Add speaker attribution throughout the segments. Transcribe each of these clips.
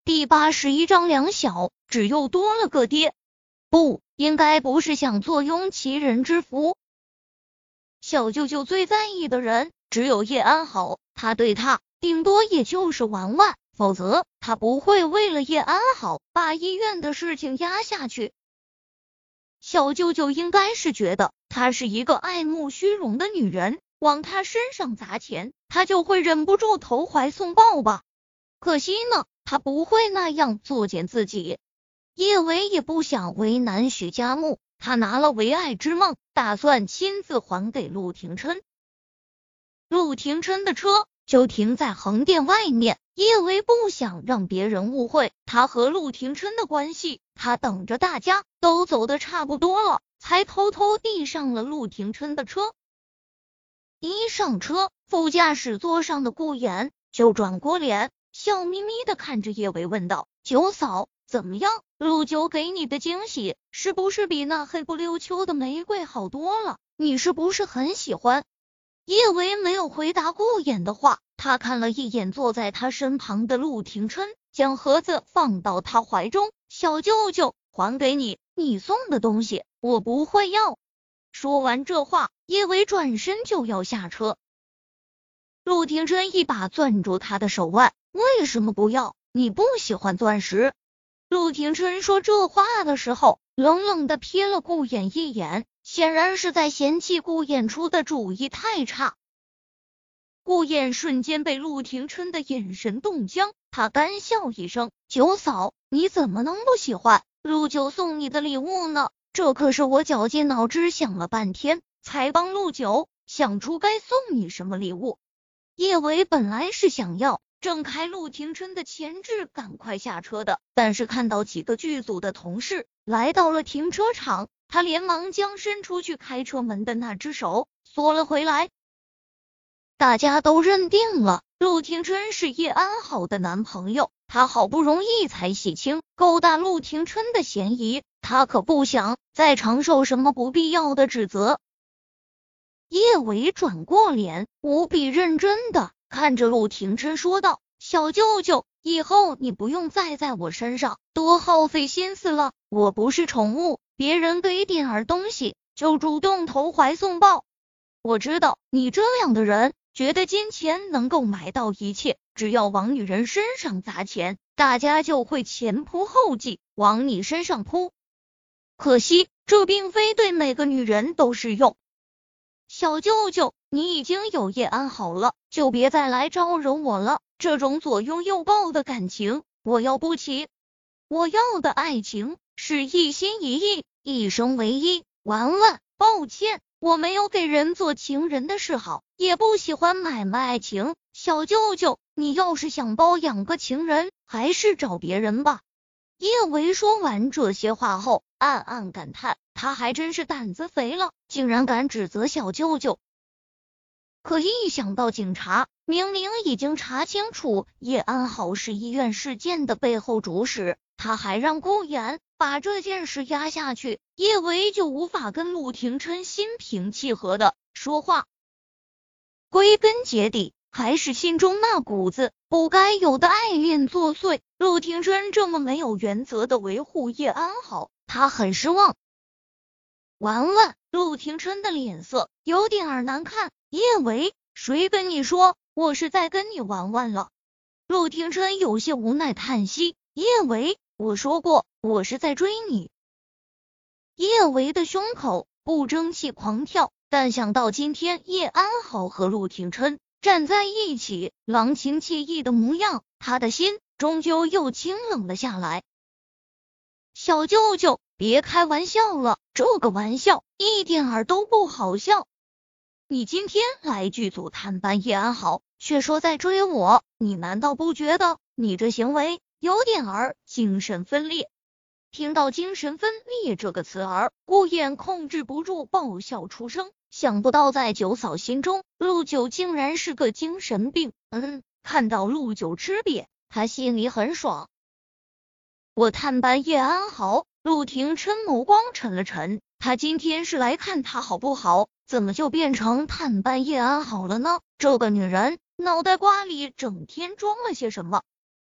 Speaker 1: 第81章两小，只又多了个爹。不，应该不是想坐拥其人之福。小舅舅最在意的人只有叶安好，他对他顶多也就是玩玩，否则他不会为了叶安好把医院的事情压下去。小舅舅应该是觉得她是一个爱慕虚荣的女人，往她身上砸钱，他就会忍不住投怀送抱吧。可惜呢，他不会那样作践自己。叶维也不想为难许家木，他拿了唯爱之梦，打算亲自还给陆廷琛。陆廷琛的车就停在横店外面，叶维不想让别人误会他和陆廷琛的关系，他等着大家都走得差不多了，才偷偷递上了陆廷琛的车。一上车，副驾驶座上的顾衍就转过脸，笑眯眯的看着叶维问道：九嫂，怎么样？陆九给你的惊喜是不是比那黑不溜秋的玫瑰好多了？你是不是很喜欢？叶维没有回答顾衍的话，他看了一眼坐在他身旁的陆廷琛，将盒子放到他怀中：小舅舅，还给你，你送的东西我不会要。说完这话，叶维转身就要下车。陆廷琛一把攥住他的手腕：为什么不要？你不喜欢钻石？陆廷琛说这话的时候，冷冷的瞥了顾衍一眼，显然是在嫌弃顾衍出的主意太差。顾衍瞬间被陆廷琛的眼神冻僵，他干笑一声：九嫂，你怎么能不喜欢陆九送你的礼物呢？这可是我绞尽脑汁想了半天，才帮陆九想出该送你什么礼物。叶维本来是想要挣开陆廷琛的钳制，赶快下车的，但是看到几个剧组的同事来到了停车场，他连忙将伸出去开车门的那只手缩了回来。大家都认定了陆廷琛是叶安好的男朋友，他好不容易才洗清勾搭陆廷琛的嫌疑，他可不想再承受什么不必要的指责。叶维转过脸，无比认真的看着陆廷琛说道：小舅舅，以后你不用再在我身上多耗费心思了，我不是宠物，别人给点东西就主动投怀送抱。我知道你这样的人，觉得金钱能够买到一切，只要往女人身上砸钱，大家就会前仆后继往你身上扑。可惜这并非对每个女人都适用。小舅舅，你已经有叶安好了，就别再来招惹我了，这种左拥右抱的感情我要不起。我要的爱情是一心一意，一生唯一。婉婉，抱歉，我没有给人做情人的嗜好，也不喜欢买卖爱情。小舅舅，你要是想包养个情人，还是找别人吧。叶维说完这些话后，暗暗感叹，他还真是胆子肥了，竟然敢指责小舅舅。可一想到警察明明已经查清楚叶安好是医院事件的背后主使，他还让顾衍把这件事压下去，叶维就无法跟陆廷琛心平气和的说话。归根结底，还是心中那股子不该有的爱恋作祟。陆廷琛这么没有原则的维护叶安好，他很失望。婉婉，陆廷琛的脸色有点难看。叶维，谁跟你说我是在跟你玩玩了？陆廷琛有些无奈叹息。叶维，我说过我是在追你。叶维的胸口不争气狂跳，但想到今天叶安好和陆廷琛站在一起郎情妾意的模样，他的心终究又清冷了下来。小舅舅，别开玩笑了，这个玩笑一点儿都不好笑。你今天来剧组探班叶安好，却说在追我，你难道不觉得你这行为有点儿精神分裂？听到精神分裂这个词儿，顾衍控制不住爆笑出声。想不到在九嫂心中，陆九竟然是个精神病。看到陆九吃瘪，他心里很爽。我探班叶安好，陆廷琛眸光沉了沉，他今天是来看他好不好，怎么就变成探班叶安好了呢？这个女人脑袋瓜里整天装了些什么？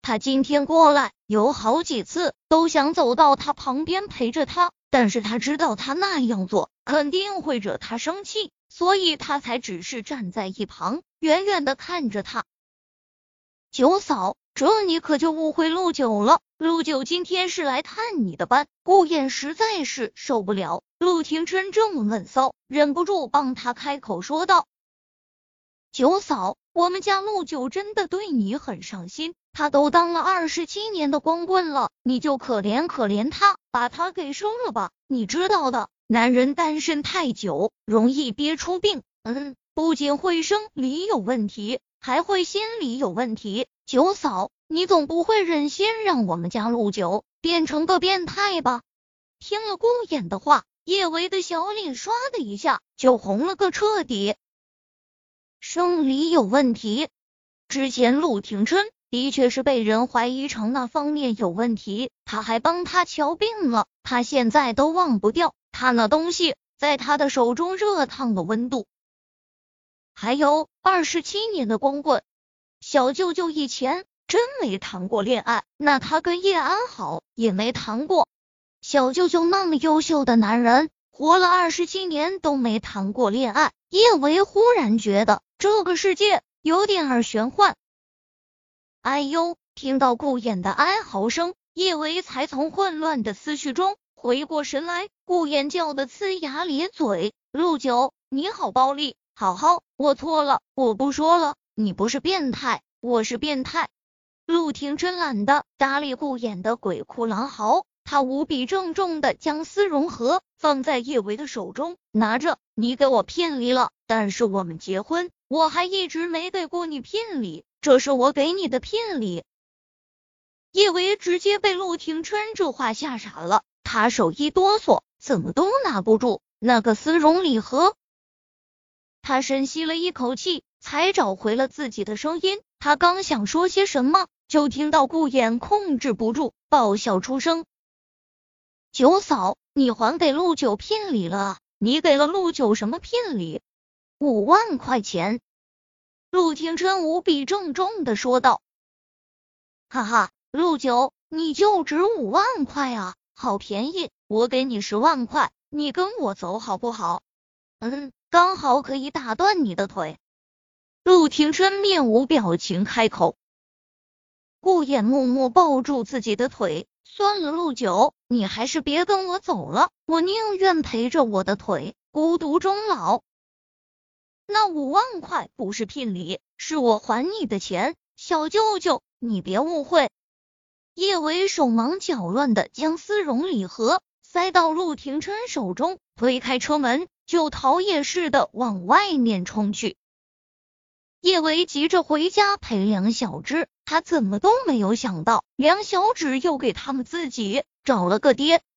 Speaker 1: 他今天过来有好几次都想走到他旁边陪着他，但是他知道他那样做肯定会惹他生气，所以他才只是站在一旁，远远的看着他。九嫂，这你可就误会陆九了。陆九今天是来探你的班。顾衍实在是受不了陆廷琛这么闷骚，忍不住帮他开口说道：九嫂，我们家陆九真的对你很上心，他都当了27年的光棍了，你就可怜可怜他，把他给收了吧。你知道的，男人单身太久容易憋出病，不仅会生理有问题，还会心理有问题。九嫂，你总不会忍心让我们家陆九变成个变态吧？听了顾衍的话，叶维的小脸唰的一下就红了个彻底。生理有问题？之前陆廷琛的确是被人怀疑成那方面有问题，他还帮他瞧病了，他现在都忘不掉他那东西在他的手中热烫的温度。还有27年的光棍，小舅舅以前真没谈过恋爱，那他跟叶安好也没谈过。小舅舅那么优秀的男人，活了27年都没谈过恋爱。叶维忽然觉得这个世界有点玄幻。哎呦！听到顾衍的哀嚎声，叶维才从混乱的思绪中回过神来。顾衍叫得呲牙咧嘴：陆九，你好暴力！好，我错了，我不说了，你不是变态，我是变态。陆廷琛懒得搭理顾衍的鬼哭狼嚎，他无比郑重地将丝绒盒放在叶维的手中，拿着，你给我聘礼了，但是我们结婚，我还一直没给过你聘礼，这是我给你的聘礼。叶维直接被陆廷琛这话吓傻了，他手一哆嗦，怎么都拿不住那个丝绒礼盒。他深吸了一口气，才找回了自己的声音。他刚想说些什么，就听到顾衍控制不住爆笑出声：九嫂，你还给陆九聘礼了啊？你给了陆九什么聘礼？5万块钱。陆廷琛无比郑重地说道。哈哈，陆九，你就值5万块啊，好便宜，我给你10万块，你跟我走好不好？刚好可以打断你的腿。陆廷琛面无表情开口。顾衍默默抱住自己的腿，算了，陆九，你还是别跟我走了，我宁愿陪着我的腿孤独终老。那5万块不是聘礼，是我还你的钱，小舅舅，你别误会。叶维手忙脚乱地将丝绒礼盒塞到陆廷琛手中，推开车门就逃也似的往外面冲去。叶维急着回家陪梁小芝，他怎么都没有想到梁小芷又给他们自己找了个爹。